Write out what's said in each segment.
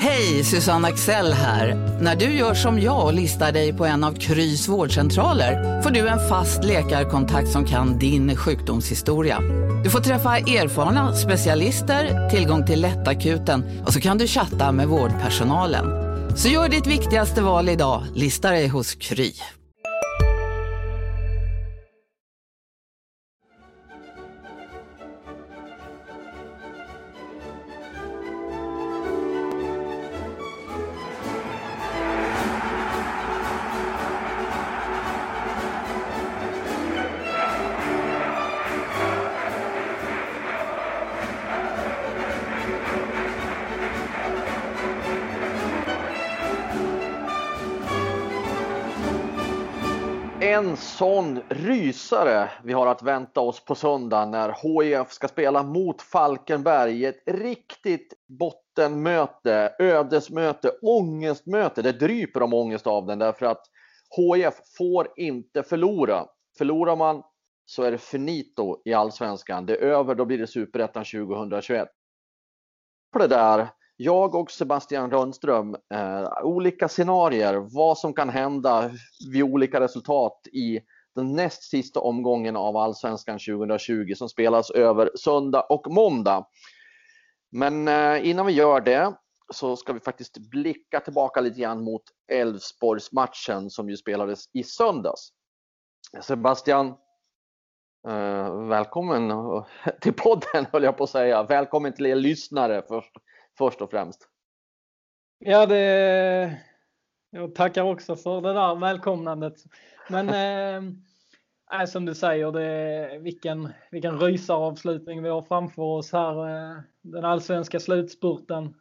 Hej, Susanne Axel här. När du gör som jag och listar dig på en av Krys vårdcentraler får du en fast läkarkontakt som kan din sjukdomshistoria. Du får träffa erfarna specialister, tillgång till lättakuten och så kan du chatta med vårdpersonalen. Så gör ditt viktigaste val idag, lista dig hos Kry. En sån rysare vi har att vänta oss på söndag när HIF ska spela mot Falkenberg. Ett riktigt bottenmöte, ödesmöte, ångestmöte. Det dryper om ångest av den därför att HIF får inte förlora. Förlorar man så är det finito i allsvenskan. Det är över, då blir det Superettan 2021. På det där, jag och Sebastian Rönnström, olika scenarier, vad som kan hända vid olika resultat i den näst sista omgången av Allsvenskan 2020 som spelas över söndag och måndag. Men innan vi gör det så ska vi faktiskt blicka tillbaka lite grann mot Elfsborgsmatchen som ju spelades i söndags. Sebastian, välkommen till podden höll jag på att säga. Välkommen till er lyssnare först och främst. Ja, jag tackar också för det där välkomnandet. Men som du säger, vilken rysaravslutning vi har framför oss här. Den allsvenska slutspurten.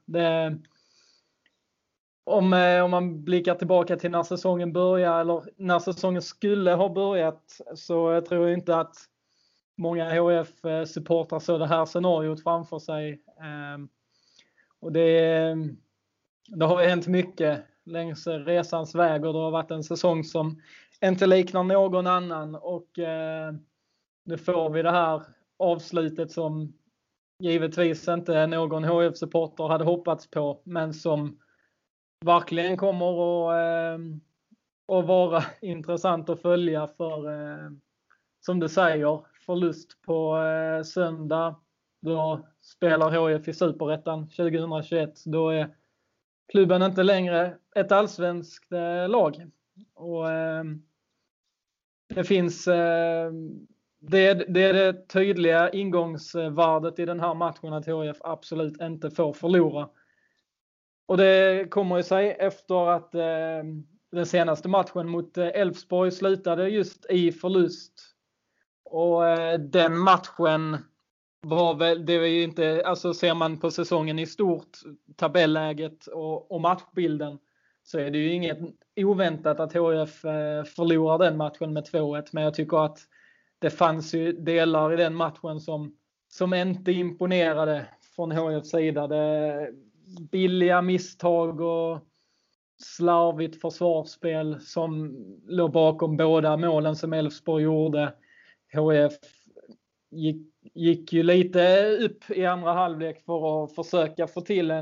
Om man blickar tillbaka till när säsongen började eller när säsongen skulle ha börjat, så jag tror inte att många HF-supportrar så det här scenariot framför sig. Och det har ju hänt mycket längs resans väg och det har varit en säsong som inte liknar någon annan. Och nu får vi det här avslutet som givetvis inte någon HF-supporter hade hoppats på, men som verkligen kommer att vara intressant att följa för, som du säger, förlust på söndag. Då spelar HIF i Superettan 2021. Då är klubben inte längre ett allsvenskt lag. Och det finns det är det tydliga ingångsvärdet i den här matchen att HIF absolut inte får förlora. Och det kommer ju sig efter att den senaste matchen mot Elfsborg slutade just i förlust. Och den matchen var väl, det är ju inte, alltså ser man på säsongen i stort, tabelläget och matchbilden, så är det ju inget oväntat att HIF förlorar den matchen med 2-1. Men jag tycker att det fanns ju delar i den matchen som inte imponerade från HIFs sida. Det billiga misstag och slarvigt försvarsspel som låg bakom båda målen som Elfsborg gjorde. HIF gick ju lite upp i andra halvlek för att försöka få till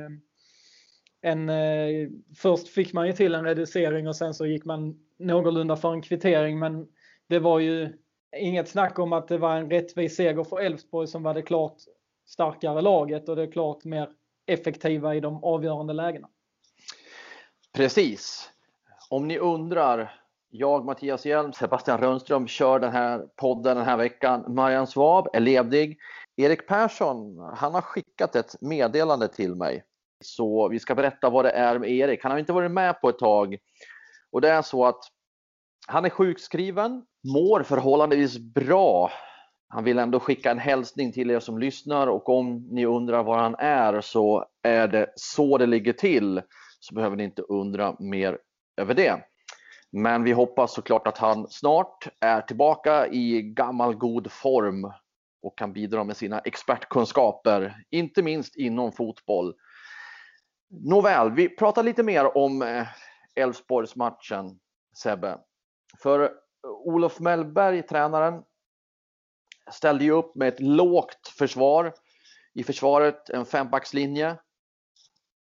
först fick man ju till en reducering och sen så gick man någorlunda för en kvittering, men det var ju inget snack om att det var en rättvis seger för Elfsborg som var det klart starkare laget och det klart mer effektiva i de avgörande lägena. Precis. Om ni undrar, jag, Mattias Hjelm, Sebastian Rönnström kör den här podden den här veckan. Marianne Svab är ledig. Erik Persson, han har skickat ett meddelande till mig. Så vi ska berätta vad det är med Erik. Han har inte varit med på ett tag. Och det är så att han är sjukskriven, mår förhållandevis bra. Han vill ändå skicka en hälsning till er som lyssnar, och om ni undrar var han är så är det så det ligger till. Så behöver ni inte undra mer över det. Men vi hoppas såklart att han snart är tillbaka i gammal god form och kan bidra med sina expertkunskaper, inte minst inom fotboll. Nåväl, vi pratar lite mer om Elfsborgsmatchen, Sebbe. För Olof Mellberg, tränaren, ställde ju upp med ett lågt försvar. I försvaret en fembackslinje.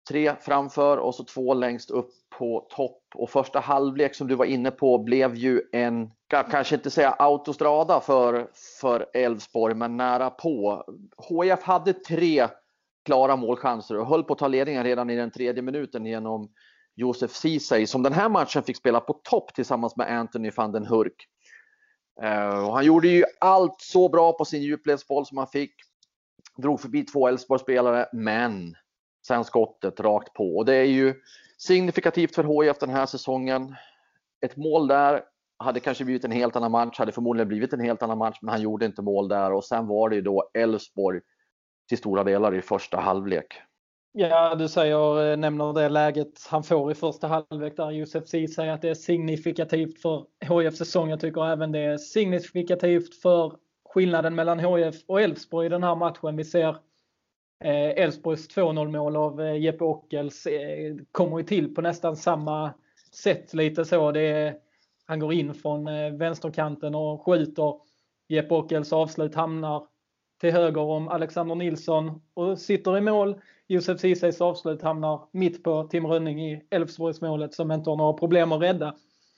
3 framför och så 2 längst upp på topp. Och första halvlek som du var inne på blev ju en, kanske inte säga autostrada för Elfsborg, men nära på. HIF hade 3 klara målchanser och höll på att ta ledningen redan i den 3:e minuten genom Josef Ceesay, som den här matchen fick spela på topp tillsammans med Anthony van den Hurk. Och han gjorde ju allt så bra på sin djupledsboll som han fick. Drog förbi 2 Elfsborg-spelare, men sen skottet rakt på. Och det är ju signifikativt för HIF den här säsongen. Ett mål där hade kanske blivit en helt annan match, hade förmodligen blivit en helt annan match, men han gjorde inte mål där. Och sen var det ju då Elfsborg till stora delar i första halvlek. Ja, du nämner det läget han får i första halvlek där Josef Ceesay, att det är signifikativt för HIFs säsong. Jag tycker även det är signifikativt för skillnaden mellan HIF och Elfsborg i den här matchen. Vi ser Elfsborgs 2-0 mål av Jeppe Ockels kommer ju till på nästan samma sätt, lite så. Han går in från vänsterkanten och skjuter. Jeppe Ockels avslut hamnar till höger om Alexander Nilsson och sitter i mål. Josef Ceesays avslut hamnar mitt på Tim Rönning i Elfsborgs målet, som inte har några problem att rädda.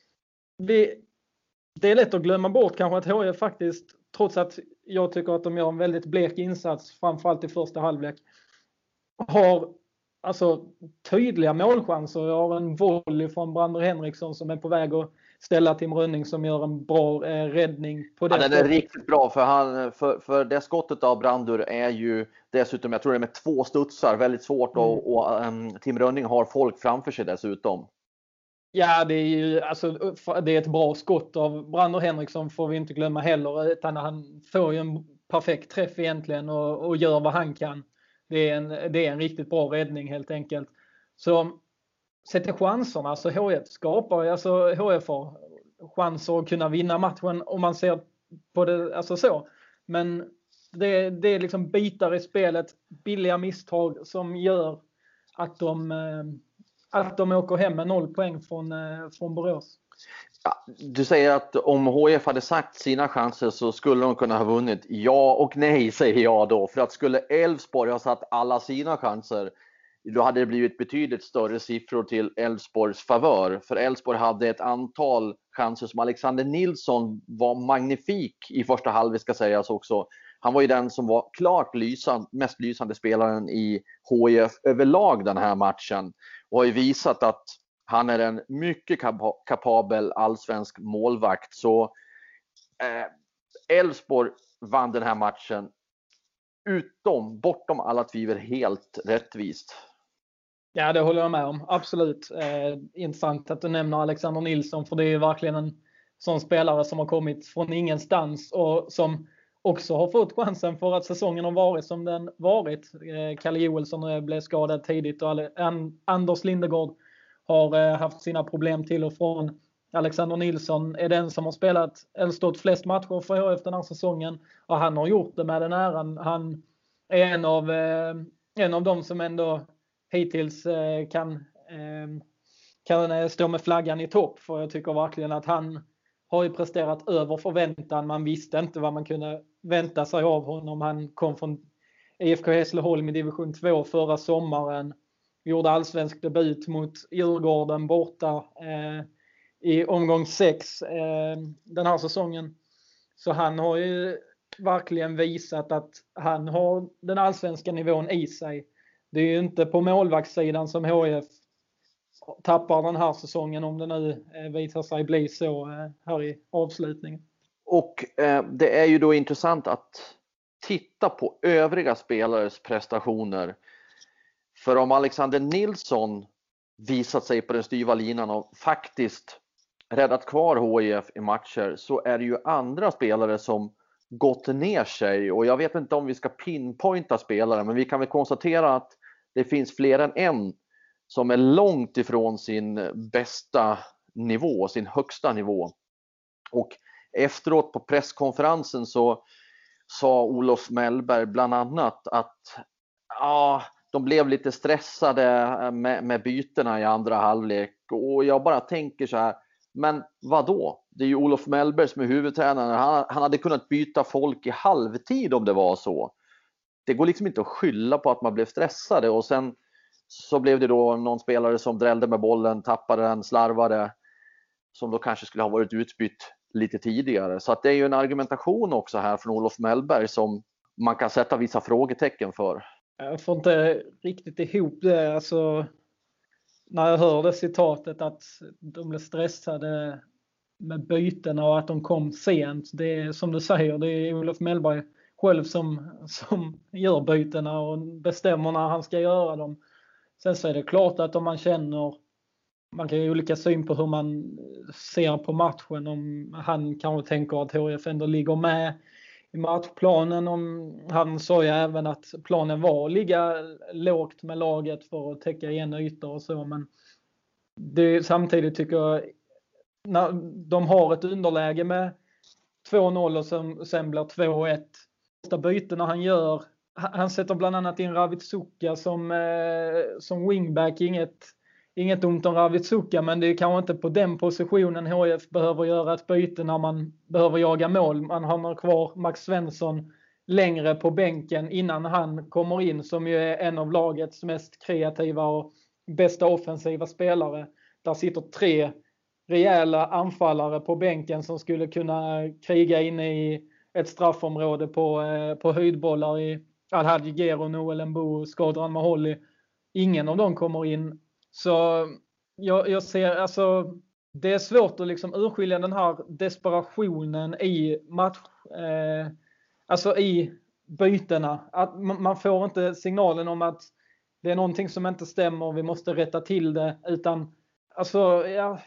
Det är lätt att glömma bort kanske att HIF faktiskt, trots att jag tycker att de gör en väldigt blek insats, framförallt i första halvlek, har alltså tydliga målchanser. Jag har en volley från Brander Henriksson som är på väg att ställa Tim Rönning, som gör en bra räddning på det. Ja, den är riktigt bra, för det skottet av Brandur är ju dessutom, jag tror det är med 2 studsar, väldigt svårt och Tim Rönning har folk framför sig dessutom. Ja, det är ju det är ett bra skott av Brander Henriksson, får vi inte glömma heller, utan han får ju en perfekt träff egentligen och gör vad han kan. Det är en riktigt bra räddning helt enkelt. Så sett till chanserna, så HIF skapar, HIF har chanser att kunna vinna matchen om man ser på det så. Men det är liksom bitar i spelet, billiga misstag som gör att de åker hem med 0 poäng från Borås. Ja, du säger att om HIF hade sagt sina chanser så skulle de kunna ha vunnit. Ja och nej, säger jag då. För att skulle Elfsborg ha satt alla sina chanser, då hade det blivit betydligt större siffror till Elfsborgs favör. För Elfsborg hade ett antal chanser som Alexander Nilsson var magnifik i första halvlek, ska sägas också. Han var ju den som var klart mest lysande spelaren i HIF överlag den här matchen. Och har ju visat att han är en mycket kapabel allsvensk målvakt. Så Elfsborg vann den här matchen bortom alla tvivel helt rättvist. Ja, det håller jag med om. Absolut. Intressant att du nämner Alexander Nilsson, för det är verkligen en sån spelare som har kommit från ingenstans och som också har fått chansen för att säsongen har varit som den varit. Kalle Joelsson blev skadad tidigt och Anders Lindegård har haft sina problem till och från. Alexander Nilsson är den som har stått flest matcher för HIF den här säsongen, och han har gjort det med den äran. Han är en av dem som ändå hittills kan stå med flaggan i topp, för jag tycker verkligen att han har ju presterat över förväntan. Man visste inte vad man kunde vänta sig av honom. Han kom från IFK Hässleholm i division 2 förra sommaren. Gjorde allsvensk debut mot Djurgården borta i omgång 6 den här säsongen. Så han har ju verkligen visat att han har den allsvenska nivån i sig. Det är ju inte på målvaktssidan som HIF tappar den här säsongen, om det nu visar sig bli så här i avslutningen. Och det är ju då intressant att titta på övriga spelares prestationer. För om Alexander Nilsson visat sig på den styva linan och faktiskt räddat kvar HIF i matcher, så är det ju andra spelare som gått ner sig. Och jag vet inte om vi ska pinpointa spelare, men vi kan väl konstatera att det finns fler än en som är långt ifrån sin bästa nivå, sin högsta nivå. Och efteråt på presskonferensen så sa Olof Mellberg bland annat att de blev lite stressade med bytena i andra halvlek. Och jag bara tänker så här, men vadå? Det är ju Olof Mellberg som är huvudtränare. Han hade kunnat byta folk i halvtid om det var så. Det går liksom inte att skylla på att man blev stressade. Och sen så blev det då någon spelare som drällde med bollen, tappade den, slarvade, som då kanske skulle ha varit utbytt lite tidigare. Så att det är ju en argumentation också här från Olof Mellberg som man kan sätta vissa frågetecken för. Jag får inte riktigt ihop det. Alltså, när jag hörde citatet att de blev stressade med bytena och att de kom sent. Det är som du säger, det är Olof Mellberg själv som gör bytena och bestämmer när han ska göra dem. Sen så är det klart att om man känner, man kan ju olika syn på hur man ser på matchen. Om han kanske tänker att HIF ändå ligger med i matchplanen. Om han sa ju även att planen var att ligga lågt med laget för att täcka igen ytor och så. Men det, samtidigt tycker jag, när de har ett underläge med 2-0 och sen blir 2-1. Första bytena han gör, han sätter bland annat in Ravitsuka som wingback. Inget ont om Ravitsuka, men det är kanske inte på den positionen HIF behöver göra ett byte när man behöver jaga mål. Man har kvar Max Svensson längre på bänken innan han kommer in, som ju är en av lagets mest kreativa och bästa offensiva spelare. Där sitter 3 rejäla anfallare på bänken som skulle kunna kriga inne i ett straffområde på höjdbollar i Al-Hadji Gero, Noel Mbo, Skadran Maholi. Ingen av dem kommer in. Så jag ser, alltså, det är svårt att liksom urskilja den här desperationen i alltså i bytena. Att man får inte signalen om att det är någonting som inte stämmer och vi måste rätta till det, utan alltså,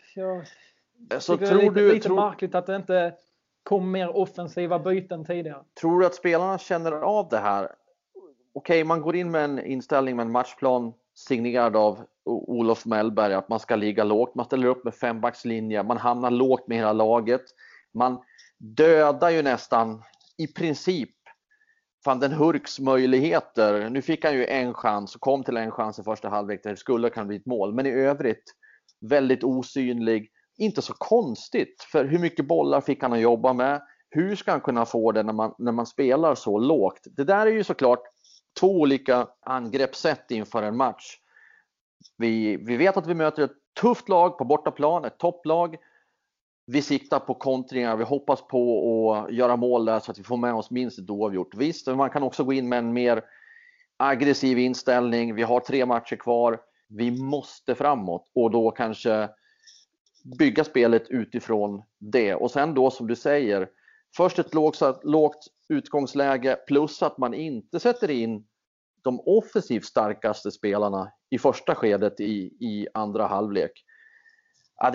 så tror det är lite märkligt att det inte kom mer offensiva byten tidigare. Tror du att spelarna känner av det här? Okej, man går in med en inställning med en matchplan signerad av Olof Mellberg, att man ska ligga lågt. Man ställer upp med 5-backslinje. Man hamnar lågt med hela laget. Man dödar ju nästan i princip den Hurks möjligheter. Nu fick han ju en chans och kom till en chans i första halvlek där det skulle kunna bli ett mål. Men i övrigt väldigt osynlig. Inte så konstigt, för hur mycket bollar fick han att jobba med? Hur ska han kunna få det när man spelar så lågt? Det där är ju såklart 2 olika angreppssätt inför en match. Vi vet att vi möter ett tufft lag på bortaplan, ett topplag. Vi siktar på kontringar, vi hoppas på att göra mål där så att vi får med oss minst ett oavgjort. Visst, man kan också gå in med en mer aggressiv inställning. Vi har 3 matcher kvar. Vi måste framåt och då kanske bygga spelet utifrån det. Och sen då, som du säger, först ett lågt utgångsläge plus att man inte sätter in de offensivt starkaste spelarna i första skedet i andra halvlek. Ja,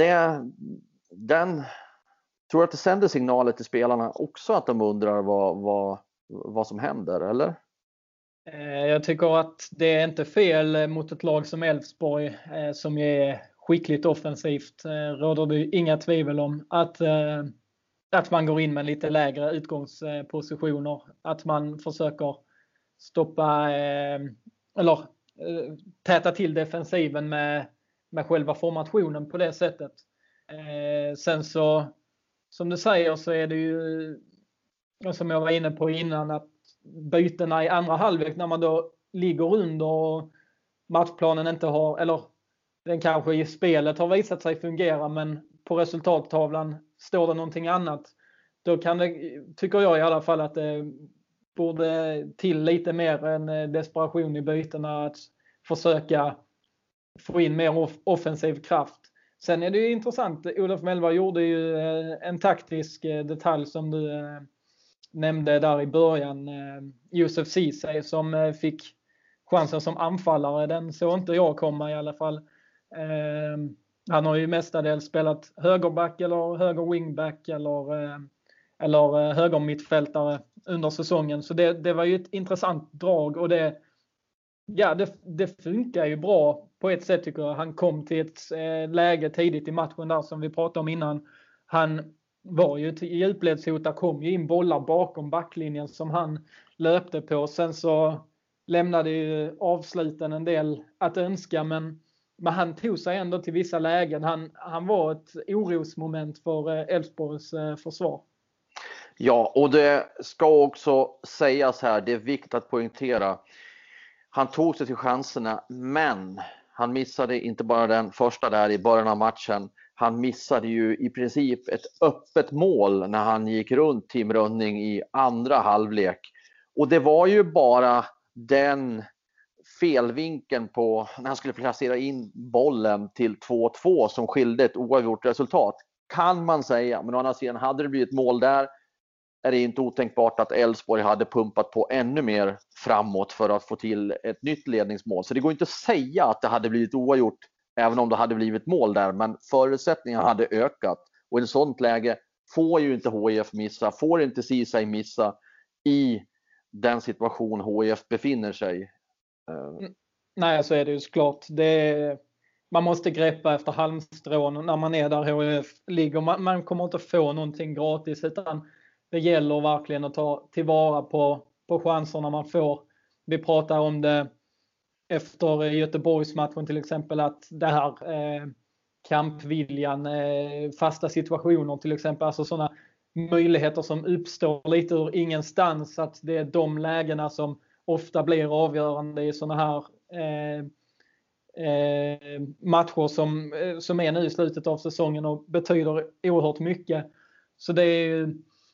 tror att det sänder signaler till spelarna också att de undrar vad som händer, eller? Jag tycker att det är inte fel mot ett lag som Elfsborg som är skickligt offensivt. Råder det inga tvivel om att man går in med lite lägre utgångspositioner. Att man försöker stoppa eller täta till defensiven med själva formationen på det sättet. Sen så, som du säger, så är det ju, som jag var inne på innan, att bytena i andra halvlek när man då ligger under och matchplanen inte har, eller den kanske i spelet har visat sig fungera, men på resultattavlan står det någonting annat. Då kan det, tycker jag i alla fall, att det borde till lite mer en desperation i bytena, att försöka få in mer offensiv kraft. Sen är det ju intressant, Olof Mellberg gjorde ju en taktisk detalj som du nämnde där i början. Josef Ceesay som fick chansen som anfallare, den såg inte jag komma i alla fall. Han har ju mestadels spelat högerback eller höger wingback eller höger mittfältare under säsongen. Så det var ju ett intressant drag och det funkar ju bra på ett sätt, tycker jag. Han kom till ett läge tidigt i matchen där som vi pratade om innan. Han var ju i djupledshot, kom ju in bollar bakom backlinjen som han löpte på. Sen så lämnade ju avsluten en del att önska, men han tog sig ändå till vissa lägen. Han var ett orosmoment för Elfsborgs försvar. Ja, och det ska också sägas här, det är viktigt att poängtera. Han tog sig till chanserna, men han missade inte bara den första där i början av matchen. Han missade ju i princip ett öppet mål när han gick runt Tim Rönning i andra halvlek. Och det var ju bara den felvinkeln på när han skulle placera in bollen till 2-2 som skilde ett oavgjort resultat. Kan man säga, men å andra sidan hade det blivit mål där är det inte otänkbart att Elfsborg hade pumpat på ännu mer framåt för att få till ett nytt ledningsmål. Så det går inte att säga att det hade blivit oavgjort även om det hade blivit mål där, men förutsättningarna hade ökat. Och i ett sånt läge får ju inte HIF missa, får inte Ceesay missa i den situation HIF befinner sig. Nej, så är det ju såklart. Man måste greppa efter halmstrån när man är där HIF ligger. Man kommer inte få någonting gratis, utan det gäller verkligen att ta tillvara på chanserna man får. Vi pratar om det efter Göteborgsmatchen till exempel, att det här kampviljan, fasta situationer till exempel, alltså sådana möjligheter som uppstår lite ur ingenstans, att det är de lägena som ofta blir avgörande i sådana här matcher som är nu i slutet av säsongen och betyder oerhört mycket. Så det är ju,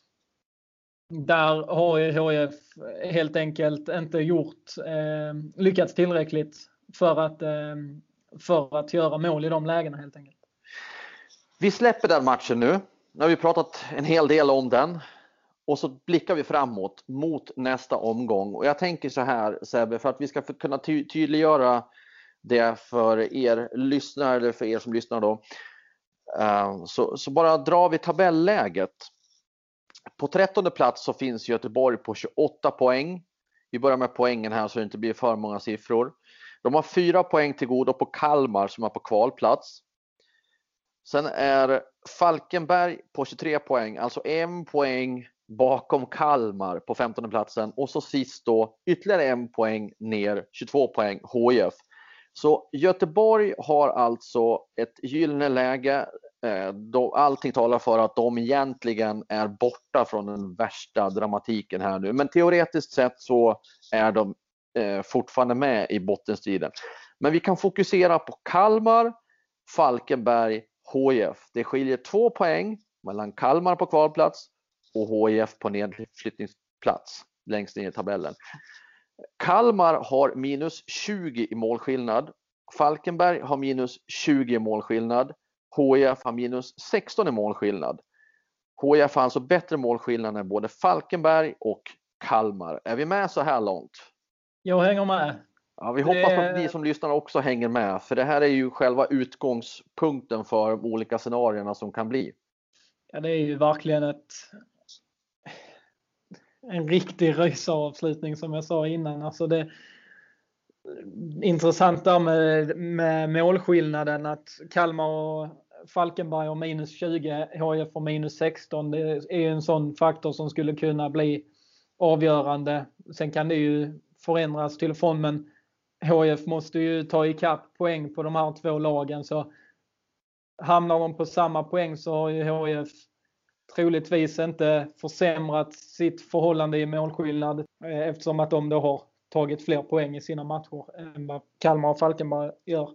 där har ju HIF helt enkelt inte lyckats tillräckligt för att göra mål i de lägena helt enkelt. Vi släpper den matchen nu. Nu har vi pratat en hel del om den. Och så blickar vi framåt mot nästa omgång. Och jag tänker så här, Sebbe, för att vi ska kunna tydliggöra det för er lyssnare, eller för er som lyssnar då. Så bara drar vi tabelläget. På 13:e plats så finns Göteborg på 28 poäng. Vi börjar med poängen här så det inte blir för många siffror. De har 4 poäng till godo på Kalmar som är på kvalplats. Sen är Falkenberg på 23 poäng, alltså 1 poäng bakom Kalmar på 15:e platsen. Och så sist då ytterligare 1 poäng ner, 22 poäng HIF. Så Göteborg har alltså ett gyllene läge. Allting talar för att de egentligen är borta från den värsta dramatiken här nu. Men teoretiskt sett så är de fortfarande med i bottenstriden. Men vi kan fokusera på Kalmar, Falkenberg, HIF. Det skiljer 2 poäng mellan Kalmar på kvalplats och HIF på nedflyttningsplats längst ner i tabellen. Kalmar har minus 20 i målskillnad. Falkenberg har minus 20 i målskillnad. HIF har minus 16 i målskillnad. HIF har alltså bättre målskillnad än både Falkenberg och Kalmar. Är vi med så här långt? Jag hänger med. Ja, vi hoppas att ni som lyssnar också hänger med. För det här är ju själva utgångspunkten för de olika scenarierna som kan bli. Ja, det är ju verkligen en riktig rysavslutning som jag sa innan. Alltså det intressant där med målskillnaden, att Kalmar och Falkenberg har minus 20, HIF har minus 16. Det är ju en sån faktor som skulle kunna bli avgörande. Sen kan det ju förändras till och från, men HIF måste ju ta ikapp poäng på de här två lagen, så hamnar de på samma poäng så har ju HIF troligtvis inte försämrat sitt förhållande i målskillnad, eftersom att de då har tagit fler poäng i sina matcher än vad Kalmar och Falkenberg gör.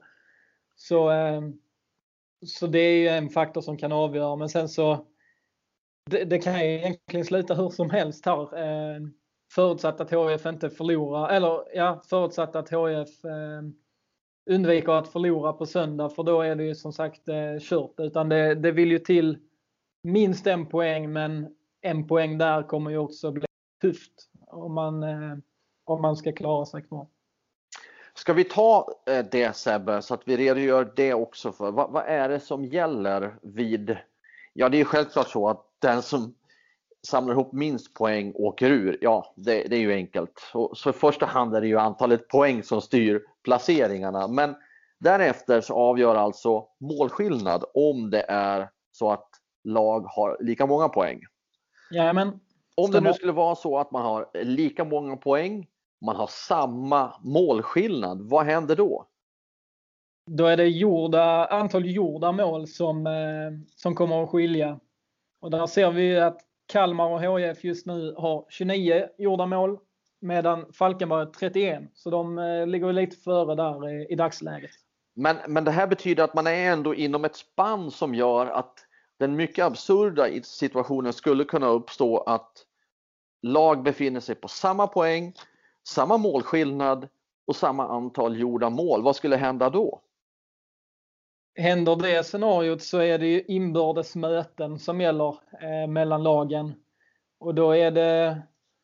Så det är ju en faktor som kan avgöra, men sen så det kan ju egentligen sluta hur som helst här. Förutsatt att HIF inte förlorar, eller ja, förutsatt att HIF undviker att förlora på söndag, för då är det ju som sagt kört. Utan det vill ju till minst 1 poäng, men 1 poäng där kommer ju också bli tufft om man ska klara sig kvar. Ska vi ta det, Sebbe, så att vi redogör det också för vad är det som gäller vid... Ja, det är självklart så att den som samlar ihop minst poäng åker ur. Ja, det är ju enkelt. Så i första hand är det ju antalet poäng som styr placeringarna. Men därefter så avgör alltså målskillnad om det är så att lag har lika många poäng. Jajamän. Om det nu skulle vara så att man har lika många poäng, man har samma målskillnad, vad händer då? Då är det antal gjorda mål som kommer att skilja. Och där ser vi att Kalmar och HIF just nu har 29 gjorda mål. medan Falkenberg har 31. Så de ligger lite före där i dagsläget. Men det här betyder att man är ändå inom ett spann som gör att den mycket absurda situationen skulle kunna uppstå att lag befinner sig på samma poäng, samma målskillnad och samma antal gjorda mål. Vad skulle hända då? Händer det scenariot så är det ju inbördes möten som gäller mellan lagen. Och då är det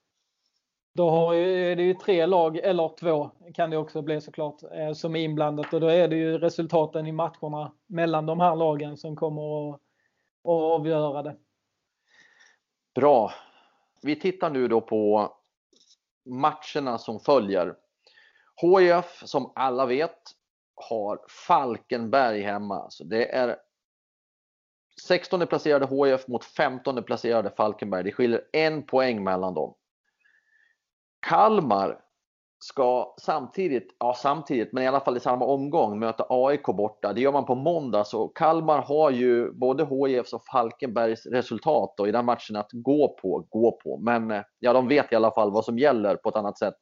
ju 3 lag, eller 2 kan det också bli såklart, som är inblandat. Och då är det ju resultaten i matcherna mellan de här lagen som kommer att avgöra det. Bra. Vi tittar nu då på matcherna som följer. HIF, som alla vet, har Falkenberg hemma. Så det är 16 placerade HIF mot 15 placerade Falkenberg. Det skiljer 1 poäng mellan dem. Kalmar ska samtidigt, men i alla fall i samma omgång möta AIK borta. Det gör man på måndag, så Kalmar har ju både HIFs och Falkenbergs resultat då, i den matchen att gå på. Men ja, de vet i alla fall vad som gäller på ett annat sätt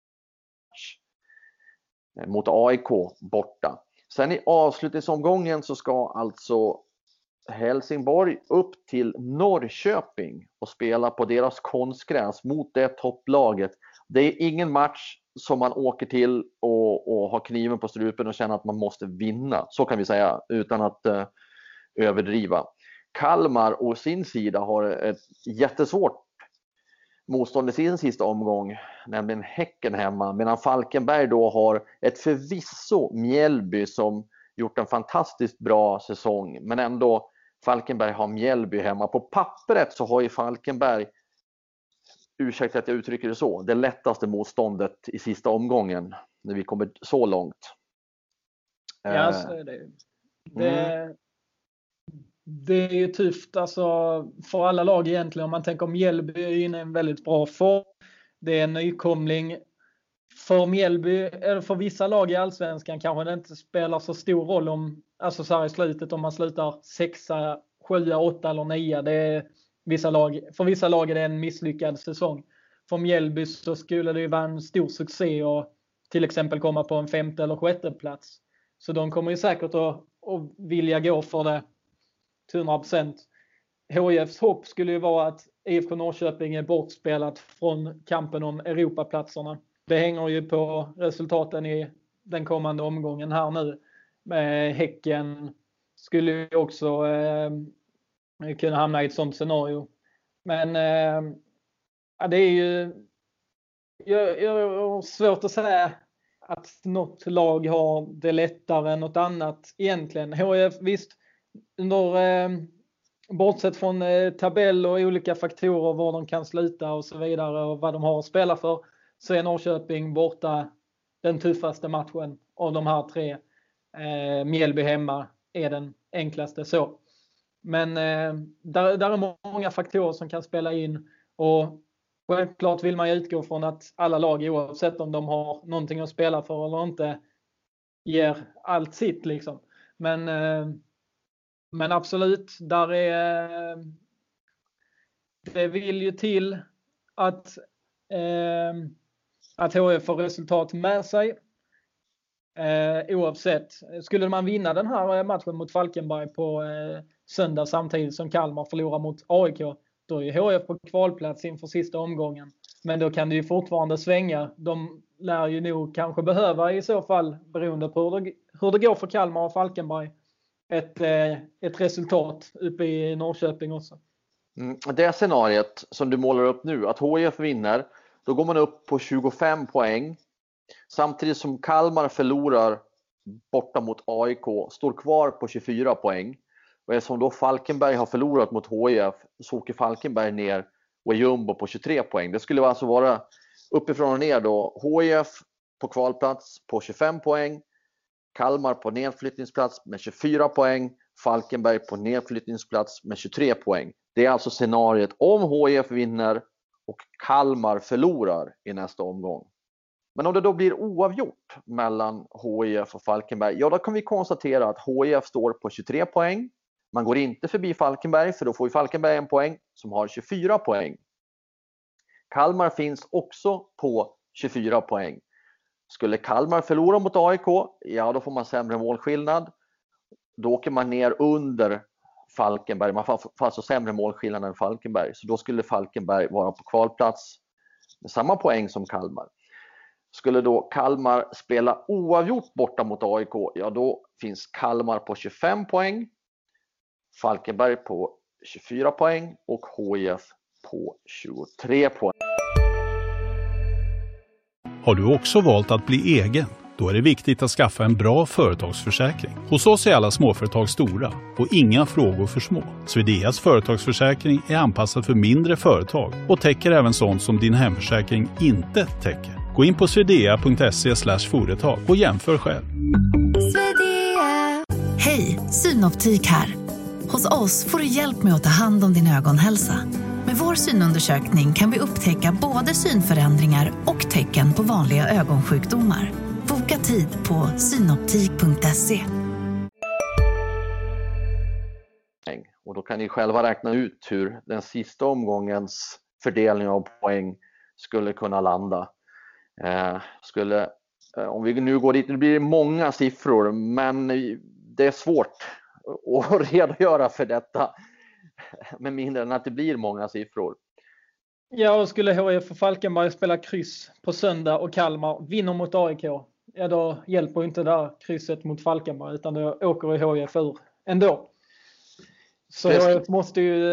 mot AIK borta. Sen i avslutningsomgången så ska alltså Helsingborg upp till Norrköping och spela på deras konstgräs mot det topplaget. Det är ingen match som man åker till och har kniven på strupen och känner att man måste vinna. Så kan vi säga, utan att överdriva. Kalmar å sin sida har ett jättesvårt motstånd i sin sista omgång, nämligen Häcken hemma. Medan Falkenberg då har ett förvisso Mjällby som gjort en fantastiskt bra säsong. Men ändå, Falkenberg har Mjällby hemma. På pappret så har ju Falkenberg, ursäkta att jag uttrycker det så, det lättaste motståndet i sista omgången när vi kommer så långt. Ja, så är det. Det är ju tufft alltså, för alla lag egentligen. Om man tänker om Mjällby är inne i en väldigt bra form. Det är en nykomling. För Mjällby, eller för vissa lag i Allsvenskan, kanske det inte spelar så stor roll om, alltså så här i slutet, om man slutar 6, 7, 8 eller 9. Det är för vissa lag är det en misslyckad säsong. För Mjällby så skulle det ju vara en stor succé och till exempel komma på en 5:e eller 6:e plats. Så de kommer ju säkert att vilja gå för det till 100%. HIFs hopp skulle ju vara att IFK Norrköping är bortspelat från kampen om Europaplatserna. Det hänger ju på resultaten i den kommande omgången här nu. Häcken skulle ju också kunna hamna i ett sånt scenario. Men det är ju jag har svårt att säga att något lag har det lättare än något annat egentligen. HIF, visst, bortsett från tabell och olika faktorer var de kan sluta och så vidare och vad de har att spela för, så är Norrköping borta den tuffaste matchen av de här 3. Mjällby hemma är den enklaste så. Men där är många faktorer som kan spela in, och självklart vill man utgå från att alla lag, oavsett om de har någonting att spela för eller inte, ger allt sitt liksom. Men absolut, det vill ju till att HIF får resultat med sig. Oavsett, skulle man vinna den här matchen mot Falkenberg på söndag samtidigt som Kalmar förlorar mot AIK, då är HIF på kvalplats inför sista omgången. Men då kan det ju fortfarande svänga. De lär ju nog kanske behöva, i så fall, beroende på hur det går för Kalmar och Falkenberg, ett resultat uppe i Norrköping också. Det scenariet som du målar upp nu, att HIF vinner, då går man upp på 25 poäng. Samtidigt som Kalmar förlorar borta mot AIK, står kvar på 24 poäng. Och eftersom då Falkenberg har förlorat mot HIF, så åker Falkenberg ner och är jumbo på 23 poäng. Det skulle alltså vara uppifrån och ner då. HIF på kvalplats på 25 poäng. Kalmar på nedflyttningsplats med 24 poäng. Falkenberg på nedflyttningsplats med 23 poäng. Det är alltså scenariet om HIF vinner och Kalmar förlorar i nästa omgång. Men om det då blir oavgjort mellan HIF och Falkenberg, ja, då kan vi konstatera att HIF står på 23 poäng. Man går inte förbi Falkenberg, för då får ju Falkenberg en poäng som har 24 poäng. Kalmar finns också på 24 poäng. Skulle Kalmar förlora mot AIK, ja då får man sämre målskillnad. Då åker man ner under Falkenberg. Man får alltså sämre målskillnad än Falkenberg. Så då skulle Falkenberg vara på kvalplats med samma poäng som Kalmar. Skulle då Kalmar spela oavgjort borta mot AIK, ja då finns Kalmar på 25 poäng. Falkenberg på 24 poäng och HIF på 23 poäng. Har du också valt att bli egen? Då är det viktigt att skaffa en bra företagsförsäkring. Hos oss är alla småföretag stora och inga frågor för små. Swedeas företagsförsäkring är anpassad för mindre företag och täcker även sånt som din hemförsäkring inte täcker. Gå in på swedea.se/företag och jämför själv. Hej, Synoptik här. Hos oss får du hjälp med att ta hand om din ögonhälsa. Med vår synundersökning kan vi upptäcka både synförändringar och tecken på vanliga ögonsjukdomar. Boka tid på synoptik.se. Och då kan ni själva räkna ut hur den sista omgångens fördelning av poäng skulle kunna landa. Om vi nu går dit, det blir många siffror, men det är svårt att redogöra för detta med mindre än att det blir många siffror. Ja, och skulle HIF och Falkenberg spela kryss på söndag och Kalmar vinner mot AIK, ja då hjälper inte det där krysset mot Falkenberg, utan då åker HIF ur ändå. Så HIF måste ju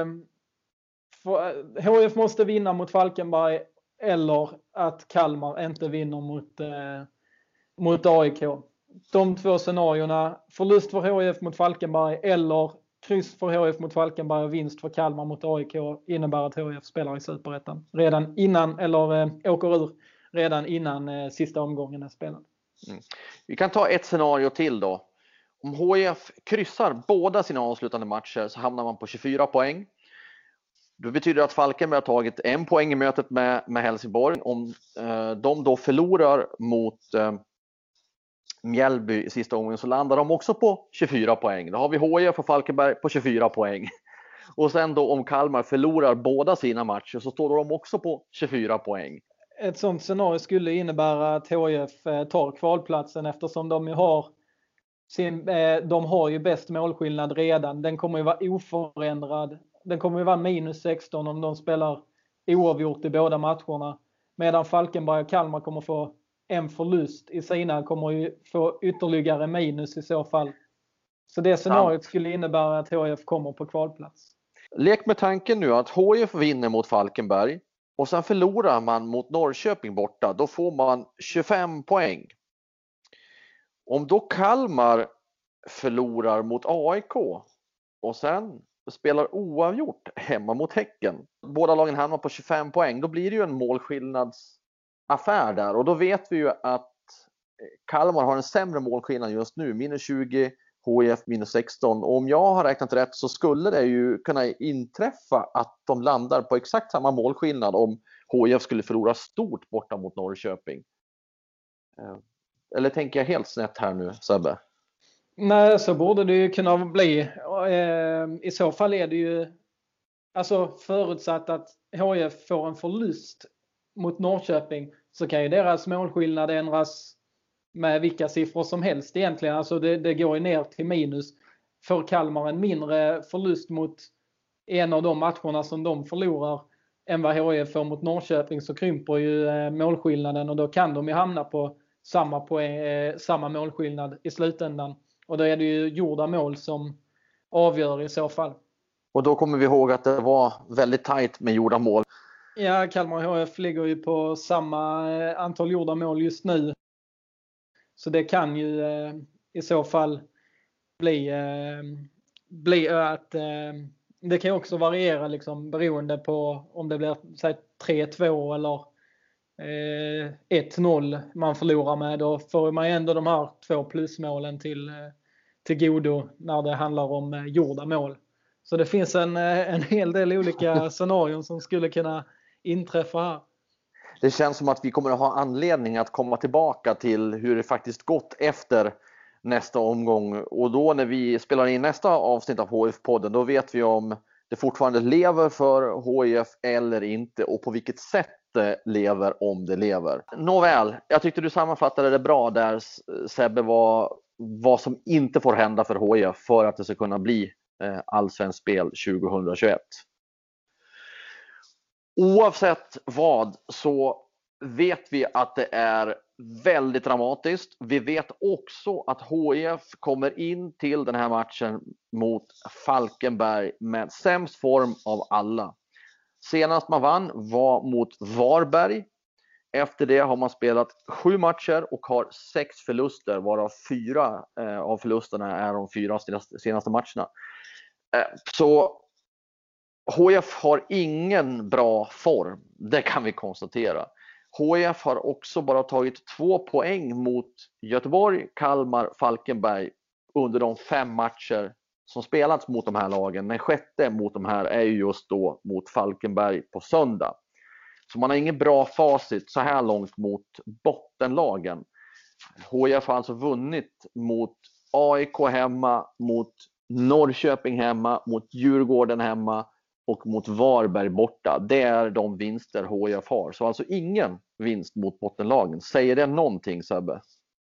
HIF måste vinna mot Falkenberg eller att Kalmar inte vinner mot AIK. De två scenarierna, förlust för HIF mot Falkenberg eller kryss för HIF mot Falkenberg och vinst för Kalmar mot AIK, innebär att HIF spelar i Superettan redan innan, eller åker ur redan innan sista omgången är spelad. Vi kan ta ett scenario till då. Om HIF kryssar båda sina avslutande matcher så hamnar man på 24 poäng. Det betyder att Falkenberg har tagit en poäng i mötet med Helsingborg. Om de då förlorar mot Mjällby i sista omgången så landar de också på 24 poäng. Då har vi HIF och Falkenberg på 24 poäng. Och sen då om Kalmar förlorar båda sina matcher så står de också på 24 poäng. Ett sånt scenario skulle innebära att HIF tar kvalplatsen, eftersom de har ju bäst målskillnad redan. Den kommer ju vara oförändrad. Den kommer ju vara minus 16 om de spelar oavgjort i båda matcherna. Medan Falkenberg och Kalmar kommer få en förlust i sina, kommer ju få ytterligare minus i så fall. Så det scenariot skulle innebära att HIF kommer på kvalplats. Lek med tanken nu att HIF vinner mot Falkenberg och sen förlorar man mot Norrköping borta. Då får man 25 poäng. Om då Kalmar förlorar mot AIK och sen spelar oavgjort hemma mot Häcken. Båda lagen hamnar på 25 poäng. Då blir det ju en målskillnadsaffär där. Och då vet vi ju att Kalmar har en sämre målskillnad just nu. Minus 20, HIF minus 16. Och om jag har räknat rätt så skulle det ju kunna inträffa att de landar på exakt samma målskillnad om HIF skulle förlora stort borta mot Norrköping. Eller tänker jag helt snett här nu, Sebbe? Nej, så borde det ju kunna bli. I så fall är det ju alltså förutsatt att HIF får en förlust mot Norrköping, så kan ju deras målskillnad ändras med vilka siffror som helst egentligen. Alltså det går ju ner till minus. För Kalmar en mindre förlust mot en av de matcherna som de förlorar än vad HIF får mot Norrköping, så krymper ju målskillnaden och då kan de ju hamna på samma målskillnad i slutändan. Och då är det ju gjorda mål som avgör i så fall. Och då kommer vi ihåg att det var väldigt tajt med gjorda mål. Ja, Kalmar HIF ligger ju på samma antal gjorda mål just nu. Så det kan ju i så fall bli att det kan också variera liksom, beroende på om det blir 3-2 eller 1-0 man förlorar med. Då får man ändå de här 2 plusmålen till godo när det handlar om gjorda mål. Så det finns en hel del olika scenarion som skulle kunna inträffa här. Det känns som att vi kommer att ha anledning att komma tillbaka till hur det faktiskt gått efter nästa omgång. Och då när vi spelar in nästa avsnitt av HF-podden, då vet vi om det fortfarande lever för HIF eller inte, och på vilket sätt det lever om det lever. Nåväl, jag tyckte du sammanfattade det bra där, Sebbe, vad som inte får hända för HIF för att det ska kunna bli allsvenskt spel 2021. Oavsett vad så vet vi att det är väldigt dramatiskt. Vi vet också att HIF kommer in till den här matchen mot Falkenberg med sämst form av alla. Senast man vann var mot Varberg. Efter det har man spelat 7 matcher och har 6 förluster, varav 4 av förlusterna är de 4 senaste matcherna. Så HIF har ingen bra form, det kan vi konstatera. HIF har också bara tagit 2 poäng mot Göteborg, Kalmar, Falkenberg under de 5 matcher som spelats mot de här lagen. Den 6:e mot de här är ju just då mot Falkenberg på söndag. Så man har ingen bra facit så här långt mot bottenlagen. HIF har alltså vunnit mot AIK hemma, mot Norrköping hemma, mot Djurgården hemma och mot Varberg borta. Det är de vinster HIF har. Så alltså ingen vinst mot bottenlagen. Säger det någonting, Sebbe?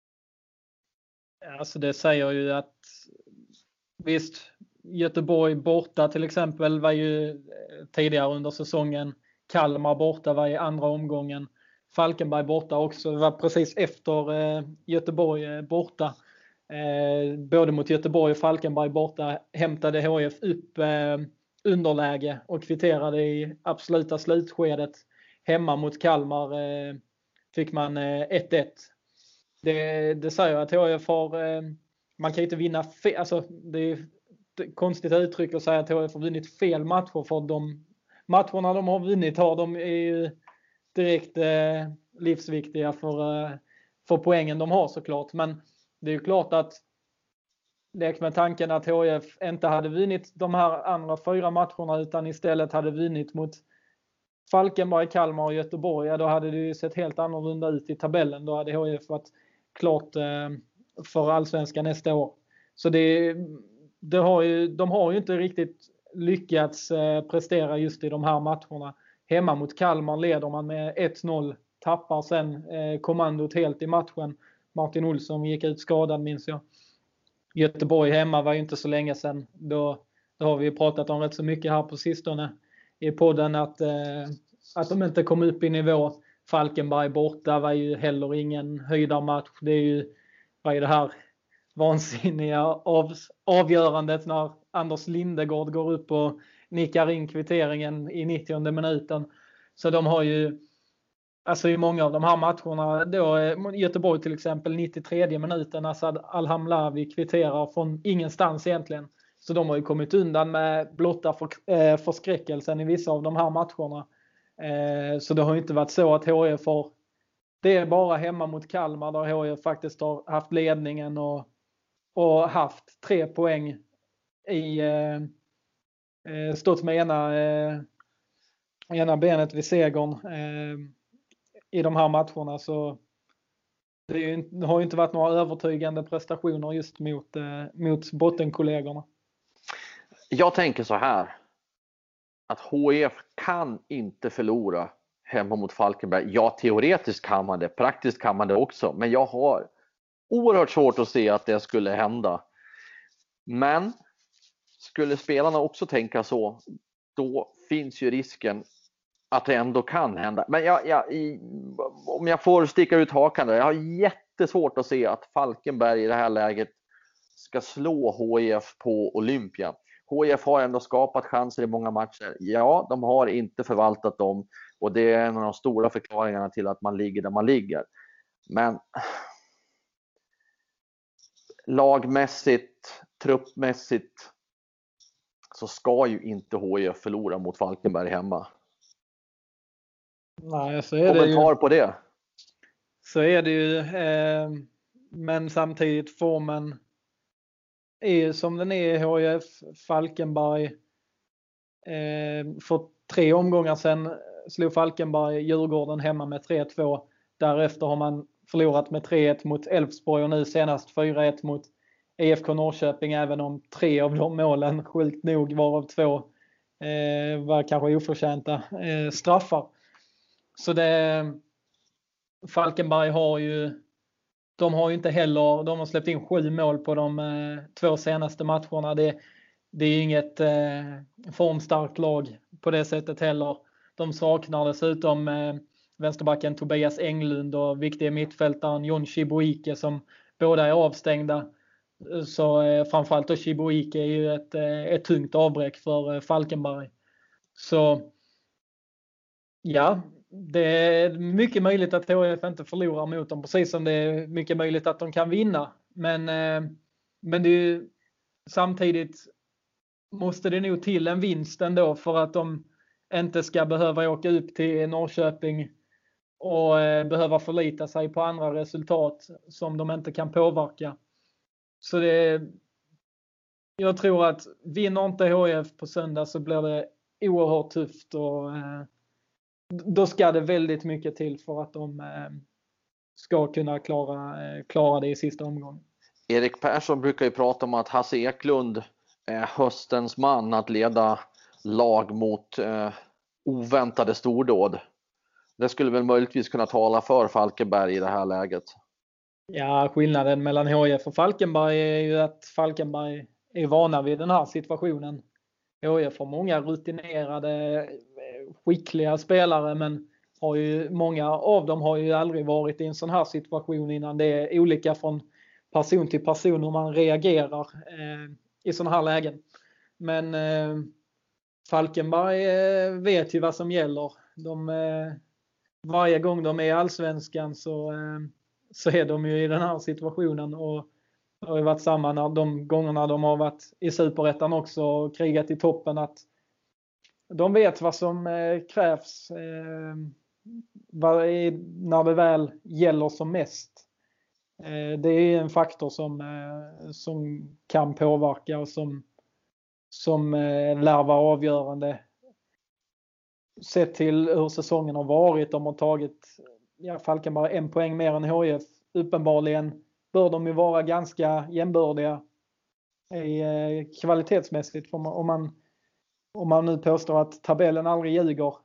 Alltså det säger ju att visst, Göteborg borta till exempel var ju tidigare under säsongen. Kalmar borta var i andra omgången. Falkenberg borta också. Det var precis efter Göteborg borta. Både mot Göteborg och Falkenberg borta hämtade HIF upp underläge och kvitterade i absoluta slutskedet. Hemma mot Kalmar fick man 1-1. Det säger att HIF har, man kan inte vinna alltså det är ett konstigt uttryck att säga att HIF har vunnit fel matcher, för de matcherna de har vunnit är ju direkt livsviktiga för poängen de har såklart. Men det är ju klart att lek med tanken att HIF inte hade vunnit de här andra 4 matcherna utan istället hade vunnit mot Falkenberg, Kalmar och Göteborg, ja, då hade det ju sett helt annorlunda ut i tabellen. Då hade HIF varit klart för allsvenskan nästa år. Så de har ju inte riktigt lyckats prestera just i de här matcherna. Hemma mot Kalmar leder man med 1-0, tappar sen kommandot helt i matchen. Martin Olsson gick ut skadad, minns jag. Göteborg hemma var ju inte så länge sedan. Då har vi pratat om rätt så mycket här på sistone i podden att de inte kom upp i nivå. Falkenberg borta var ju heller ingen höjdarmatch. Det är ju det här vansinniga avgörandet när Anders Lindegård går upp och nickar in kvitteringen i 90:e minuten. Så de har ju, alltså i många av de här matcherna, då Göteborg till exempel 93:e minuten, Asad Alhamlavi kvitterar från ingenstans egentligen. Så de har ju kommit undan med blotta förskräckelsen i vissa av de här matcherna. Så det har ju inte varit så att HIF har, det är bara hemma mot Kalmar där HIF faktiskt har haft ledningen och haft 3 poäng i stått med ena benet vid segern i de här matcherna. Så det har ju inte varit några övertygande prestationer just mot bottenkollegorna. Jag tänker så här, att HIF kan inte förlora hemma mot Falkenberg. Ja, teoretiskt kan man det, praktiskt kan man det också, men jag har oerhört svårt att se att det skulle hända. Men skulle spelarna också tänka så, då finns ju risken att det ändå kan hända. Men om jag får sticka ut hakan där, jag har jättesvårt att se att Falkenberg i det här läget ska slå HIF på Olympia. HIF har ändå skapat chanser i många matcher. Ja, de har inte förvaltat dem, och det är en av de stora förklaringarna till att man ligger där man ligger. Men lagmässigt, truppmässigt så ska ju inte HIF förlora mot Falkenberg hemma. Nej, så är kommentar det ju, på det? Så är det ju, men samtidigt formen är som den är i HIF. Falkenberg för 3 omgångar sedan slog Falkenberg Djurgården hemma med 3-2. Därefter har man förlorat med 3-1 mot Elfsborg och nu senast 4-1 mot IFK Norrköping, även om 3 av de målen sjukt nog varav 2 var kanske oförtjänta straffar. Så Falkenberg har ju inte heller, de har släppt in 7 mål på de 2 senaste matcherna. Det är inget formstarkt lag på det sättet heller. De saknar dessutom vänsterbacken Tobias Englund och viktiga mittfältaren John Chibuike som båda är avstängda. Så framförallt då Chibuike är ju ett tungt avbräck för Falkenberg. Så ja, det är mycket möjligt att HIF inte förlorar mot dem, precis som det är mycket möjligt att de kan vinna. Men det är ju, samtidigt måste det nog till en vinst ändå för att de inte ska behöva åka upp till Norrköping och behöva förlita sig på andra resultat som de inte kan påverka. Så jag tror att vinner inte HIF på söndag så blir det oerhört tufft och då ska det väldigt mycket till för att de ska kunna klara det i sista omgången. Erik Persson brukar ju prata om att Hasse Eklund är höstens man att leda lag mot oväntade stordåd. Det skulle väl möjligtvis kunna tala för Falkenberg i det här läget. Ja, skillnaden mellan HIF och Falkenberg är ju att Falkenberg är vana vid den här situationen. HIF har många rutinerade, skickliga spelare, men många av dem har ju aldrig varit i en sån här situation innan. Det är olika från person till person hur man reagerar i såna här lägen. Men Falkenberg vet ju vad som gäller. Varje gång de är i Allsvenskan så är de ju i den här situationen, och det har ju varit samma de gångerna de har varit i Superettan också och krigat i toppen, att de vet vad som krävs när det väl gäller som mest. Det är en faktor som kan påverka och som lär vara avgörande. Sett till hur säsongen har varit, de har tagit Falkenberg 1 poäng mer än HIF. Uppenbarligen bör de ju vara ganska jämbördiga kvalitetsmässigt, om man nu påstår att tabellen aldrig ljuger.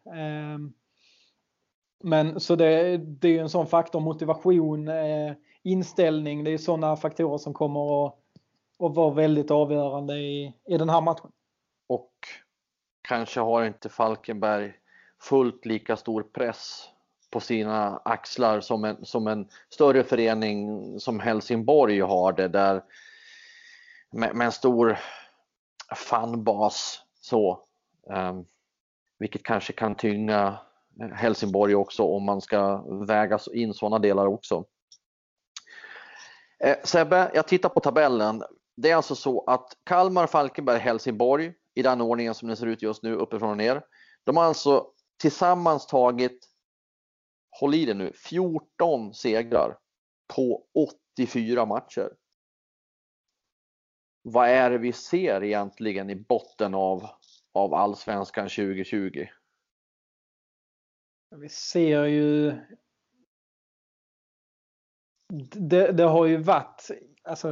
Men så det är ju en sån faktor, motivation, inställning, det är sådana faktorer som kommer att vara väldigt avgörande i den här matchen. Och kanske har inte Falkenberg fullt lika stor press på sina axlar som en större förening som Helsingborg har det, där med en stor fanbas så, vilket kanske kan tynga Helsingborg också om man ska väga in sådana delar också. Sebbe, jag tittar på tabellen. Det är alltså så att Kalmar, Falkenberg, Helsingborg i den ordningen som det ser ut just nu uppifrån och ner, de har alltså tillsammans tagit, håll i det nu, 14 segrar på 84 matcher. Vad är det vi ser egentligen i botten av Allsvenskan 2020? Vi ser ju, det har ju varit, alltså,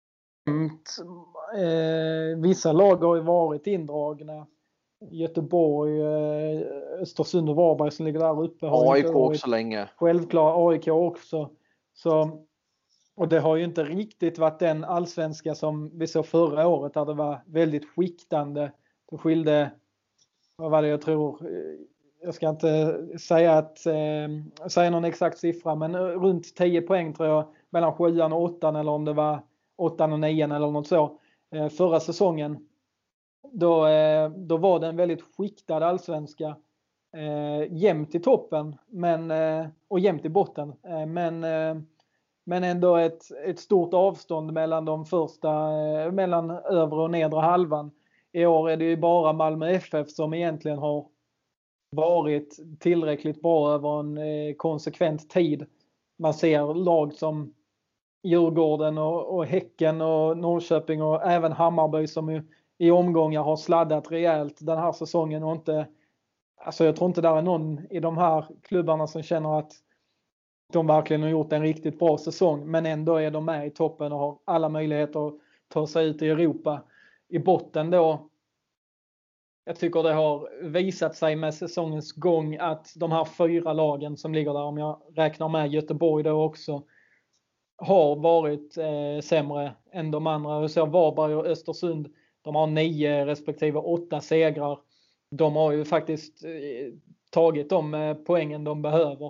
vissa lag har ju varit indragna. Göteborg, Östersund och Varberg som ligger där uppe. AIK också länge. Självklart, AIK också. Så, och det har ju inte riktigt varit den allsvenska som vi såg förra året, där det var väldigt skiktande. Det skilde, vad var det jag tror, jag ska inte säga någon exakt siffra, men runt 10 poäng tror jag mellan 7:an och 8:an, eller om det var 8:an och 9:an eller något så. Förra säsongen då var det en väldigt skiktad allsvenska, jämnt i toppen och jämnt i botten, men ändå ett stort avstånd mellan de första, mellan övre och nedre halvan. I år är det ju bara Malmö FF som egentligen har varit tillräckligt bra över en konsekvent tid. Man ser lag som Djurgården och Häcken och Norrköping och även Hammarby som i omgångar har sladdat rejält den här säsongen, och inte, alltså jag tror inte det är någon i de här klubbarna som känner att de verkligen har gjort en riktigt bra säsong, men ändå är de med i toppen och har alla möjligheter att ta sig ut i Europa. I botten då jag tycker det har visat sig med säsongens gång att de här 4 lagen som ligger där, om jag räknar med Göteborg då också, har varit sämre än de andra. Så Varberg och Östersund, de har 9 respektive 8 segrar. De har ju faktiskt tagit de poängen de behöver.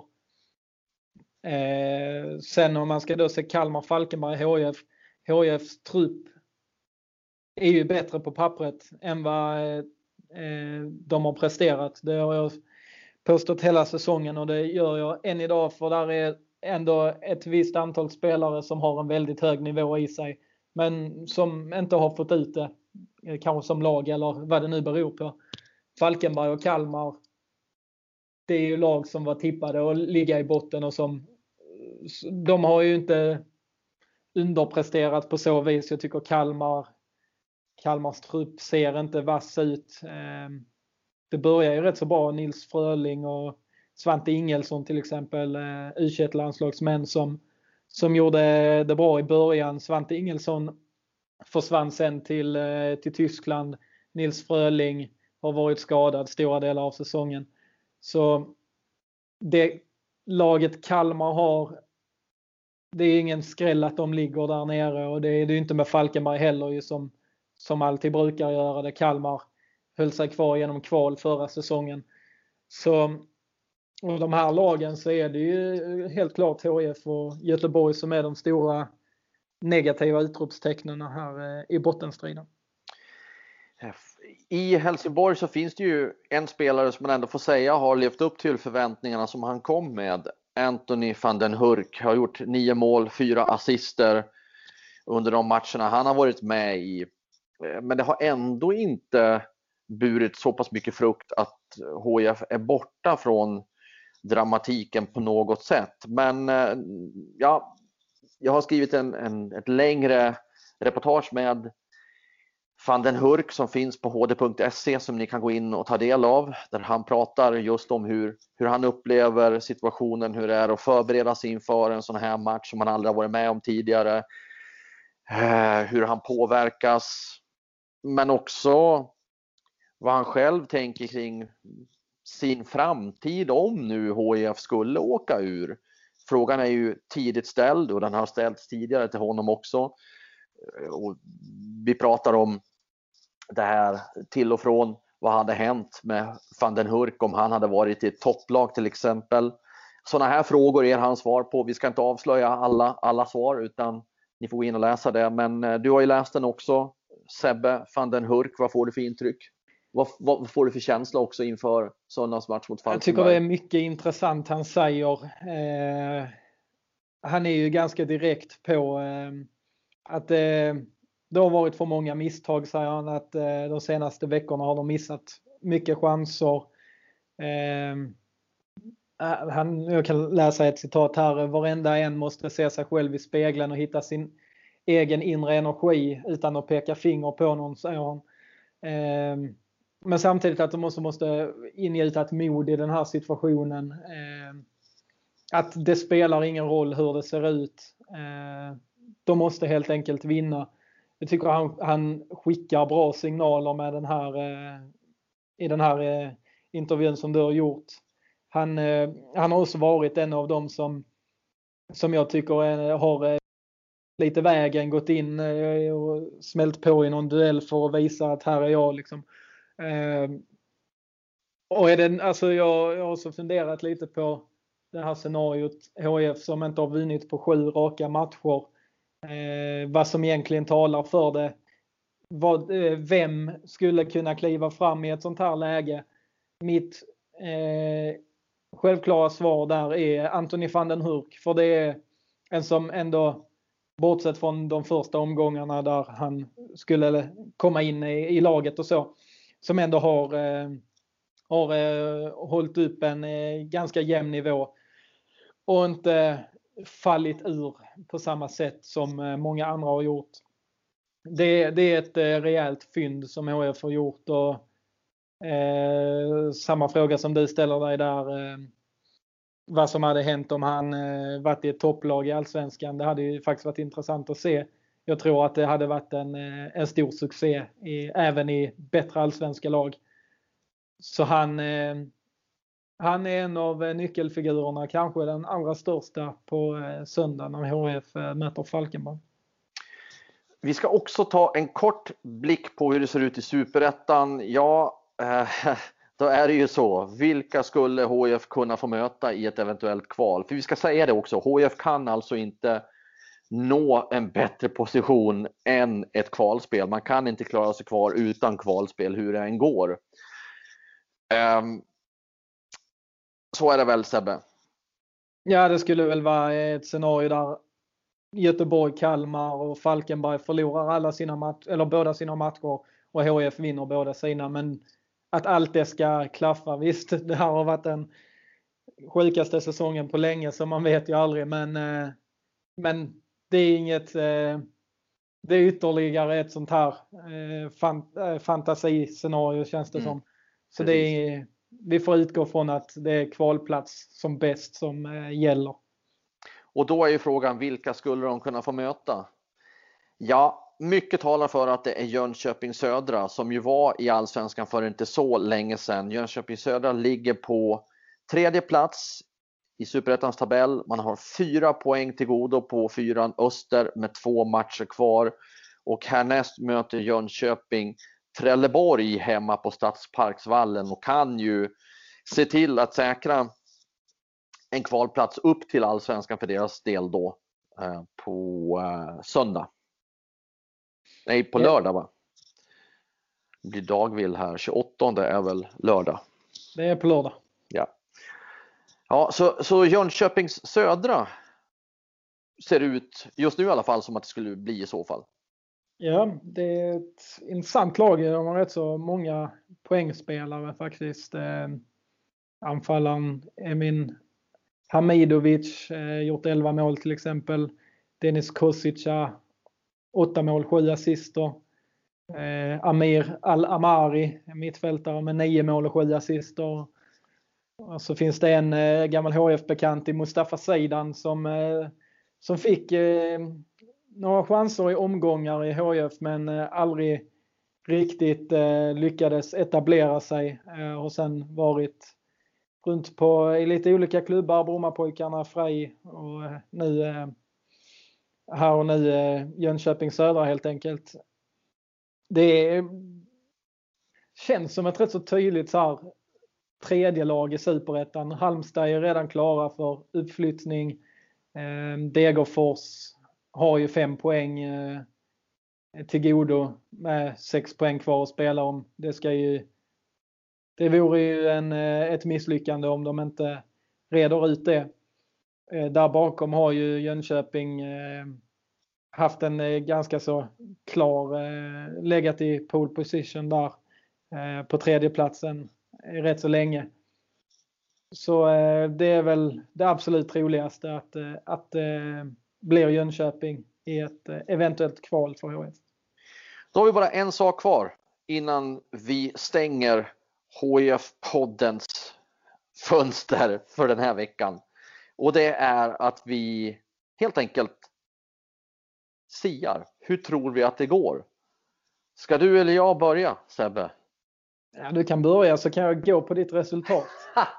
Sen om man ska då se Kalmar, Falkenberg, HIFs trupp är ju bättre på pappret än vad de har presterat. Det har jag påstått hela säsongen, och det gör jag än idag, för där är ändå ett visst antal spelare som har en väldigt hög nivå i sig, men som inte har fått ut det, kanske som lag eller vad det nu beror på. Falkenberg och Kalmar, det är ju lag som var tippade att ligga i botten, och som de har ju inte underpresterat på så vis. Jag tycker Kalmars trupp ser inte vass ut. Det börjar ju rätt så bra. Nils Fröling och Svante Ingelsson till exempel, U21-landslagsmän som gjorde det bra i början. Svante Ingelsson försvann sen till Tyskland. Nils Fröling har varit skadad stora delar av säsongen. Så det laget Kalmar har, det är ingen skräll att de ligger där nere, och det är inte med Falkenberg heller ju, som alltid brukar göra det. Kalmar höll sig kvar genom kval förra säsongen. Så och de här lagen, så är det ju helt klart HIF och Göteborg som är de stora negativa utropstecknen här i bottenstriden. I Helsingborg så finns det ju en spelare som man ändå får säga har levt upp till förväntningarna som han kom med. Anthony van den Hurk har gjort 9 mål, 4 assister under de matcherna han har varit med i. Men det har ändå inte burit så pass mycket frukt att HIF är borta från dramatiken på något sätt. Men ja, jag har skrivit ett längre reportage med van den Hurk som finns på hd.se som ni kan gå in och ta del av, där han pratar just om hur han upplever situationen, hur det är att förbereda sig inför en sån här match som han aldrig har varit med om tidigare, hur han påverkas, men också vad han själv tänker kring sin framtid om nu HIF skulle åka ur. Frågan är ju tidigt ställd, och den har ställts tidigare till honom också. Och vi pratar om det här till och från, vad hade hänt med van den Hurk om han hade varit i ett topplag till exempel. Sådana här frågor är hans svar på. Vi ska inte avslöja alla svar, utan ni får gå in och läsa det. Men du har ju läst den också, Sebbe, van den Hurk. Vad får du för intryck? Vad får du för känsla också inför söndagsmatch mot Falkenberg? Jag tycker det är mycket intressant han säger. Han är ju ganska direkt på att det har varit för många misstag, säger han, att de senaste veckorna har de missat mycket chanser. Jag kan läsa ett citat här. Varenda en måste se sig själv i spegeln och hitta sin egen inre energi utan att peka finger på någon, säger han. Men samtidigt att de måste ingjuta ett mod i den här situationen. Att det spelar ingen roll hur det ser ut. De måste helt enkelt vinna. Jag tycker han skickar bra signaler med i den här intervjun som du har gjort. Han har också varit en av dem som jag tycker har lite vägen, gått in och smält på i någon duell för att visa att här är jag liksom. Och alltså jag har också funderat lite på det här scenariot, HIF som inte har vunnit på 7 raka matcher. Vad som egentligen talar för det. Vem skulle kunna kliva fram i ett sånt här läge? Mitt självklara svar där är Anthony van den Hurk. För det är en som ändå, bortsett från de första omgångarna där han skulle komma in i laget och så, som ändå har hållit upp en ganska jämn nivå och inte fallit ur på samma sätt som många andra har gjort. Det är ett rejält fynd som HIF har gjort, och samma fråga som du ställer dig där, vad som hade hänt om han varit i ett topplag i Allsvenskan. Det hade ju faktiskt varit intressant att se. Jag tror att det hade varit en stor succé även i bättre allsvenska lag. Så han är en av nyckelfigurerna, kanske den allra största på söndag när HIF möter Falkenberg. Vi ska också ta en kort blick på hur det ser ut i Superettan. Ja, då är det ju så. Vilka skulle HIF kunna få möta i ett eventuellt kval? För vi ska säga det också, HIF kan alltså inte nå en bättre position än ett kvalspel. Man kan inte klara sig kvar utan kvalspel hur det än går. Så är det väl, Sebbe? Ja, det skulle väl vara ett scenario där Göteborg, Kalmar och Falkenberg förlorar båda sina matcher och HIF vinner båda sina. Men att allt det ska klaffa, visst, det här har varit den sjukaste säsongen på länge, så man vet ju aldrig. Men det är inget, det är ytterligare ett sånt här fantasiscenario, känns det som. Så vi får utgå från att det är kvalplats som bäst som gäller. Och då är ju frågan, vilka skulle de kunna få möta? Ja, mycket talar för att det är Jönköping Södra, som ju var i Allsvenskan för inte så länge sedan. Jönköping Södra ligger på 3:e plats i Superettans tabell. Man har 4 poäng till godo på 4 Öster med 2 matcher kvar. Och härnäst möter Jönköping Trelleborg hemma på Stadsparksvallen och kan ju se till att säkra en kvalplats upp till Allsvenskan för deras del då på söndag. Nej, på lördag, va? Det blir dagvill här. 28 är väl lördag. Det är på lördag. Ja, så Jönköpings Södra ser ut just nu i alla fall som att det skulle bli i så fall. Ja, det är ett intressant lag. De har rätt så många poängspelare faktiskt. Anfallaren Emin Hamidovic gjort 11 mål till exempel. Dennis Kosica 8 mål, 7 assister. Amir Al-Amari, mittfältare med 9 mål och 7 assister. Och så finns det en gammal HF-bekant i Mustafa Seidan som fick några chanser i omgångar i HF, men aldrig riktigt lyckades etablera sig. Och sen varit runt i lite olika klubbar, Brommapojkarna, Frej och nu Jönköping Södra helt enkelt. Det känns som ett rätt så tydligt så här tredje lag i Superettan. Halmstad är redan klara för uppflyttning. Degerfors har ju 5 poäng till godo med 6 poäng kvar att spela om. Det vore ju ett misslyckande om de inte reder ut det. Där bakom har ju Jönköping haft en ganska så klar legat i pole position där på 3:e platsen rätt så länge. Så det är väl det absolut troligaste att blir Jönköping i ett eventuellt kval för HF. Då har vi bara en sak kvar innan vi stänger HF-poddens fönster för den här veckan. Och det är att vi helt enkelt siar. Hur tror vi att det går? Ska du eller jag börja, Sebbe? Ja, du kan börja så kan jag gå på ditt resultat.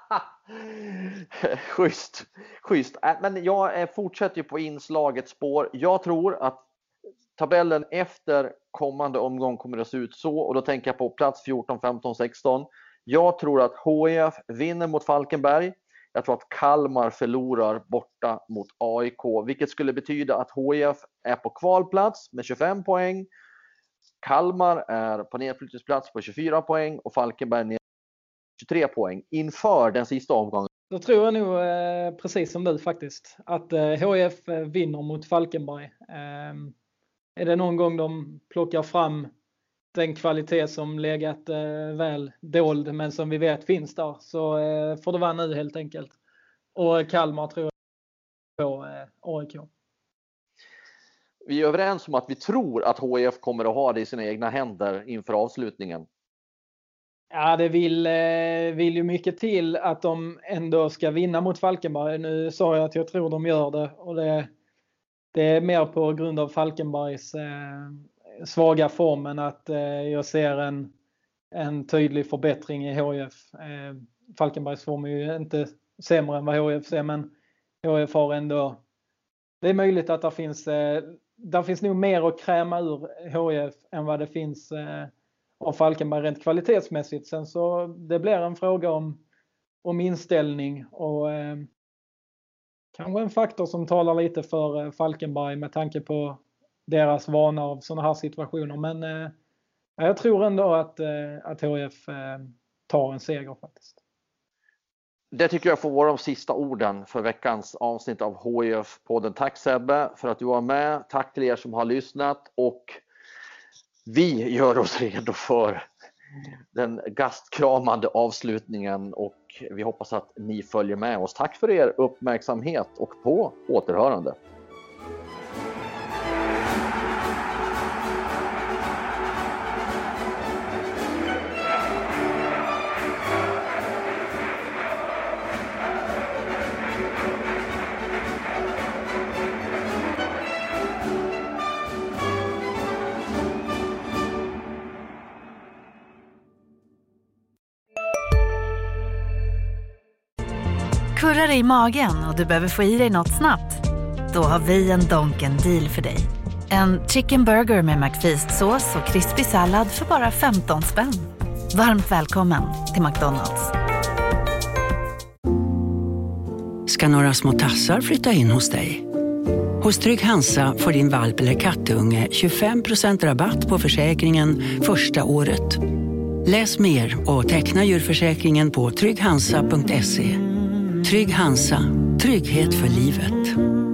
Schysst. Men jag fortsätter ju på inslagets spår. Jag tror att tabellen efter kommande omgång kommer att se ut så. Och då tänker jag på plats 14, 15, 16. Jag tror att HIF vinner mot Falkenberg. Jag tror att Kalmar förlorar borta mot AIK. Vilket skulle betyda att HIF är på kvalplats med 25 poäng. Kalmar är på nedflyttningsplats på 24 poäng. Och Falkenberg ner 23 poäng inför den sista omgången. Då tror jag nog precis som du faktiskt. Att HIF vinner mot Falkenberg. Är det någon gång de plockar fram den kvalitet som legat väl dold men som vi vet finns där, så får det vara nu helt enkelt. Och Kalmar tror jag på AIK. Vi är överens om att vi tror att HIF kommer att ha det i sina egna händer inför avslutningen. Ja, det vill ju mycket till att de ändå ska vinna mot Falkenberg. Nu sa jag att jag tror de gör det, och det är mer på grund av Falkenbergs svaga formen att jag ser en tydlig förbättring i HIF. Falkenbergs form är ju inte sämre än vad HIF är, men HIF har ändå, det är möjligt att där finns nog mer att kräma ur HIF än vad det finns av Falkenberg rent kvalitetsmässigt. Sen så det blir en fråga om inställning och kanske en faktor som talar lite för Falkenberg med tanke på deras vana av sådana här situationer. Men jag tror ändå att HIF tar en seger faktiskt. Det tycker jag får vara de sista orden för veckans avsnitt av HIF-podden. Tack Sebbe för att du var med. Tack till er som har lyssnat. Och vi gör oss redo för den gastkramande avslutningen. Och vi hoppas att ni följer med oss. Tack för er uppmärksamhet och på återhörande. Kurrar dig i magen och du behöver få i dig något snabbt? Då har vi en Donken deal för dig. En chicken burger med McFeast-sås och krispig sallad för bara 15 spänn. Varmt välkommen till McDonald's. Ska några små tassar flytta in hos dig? Hos Trygg Hansa får din valp eller kattunge 25% rabatt på försäkringen första året. Läs mer och teckna djurförsäkringen på trygghansa.se. Trygg Hansa, trygghet för livet.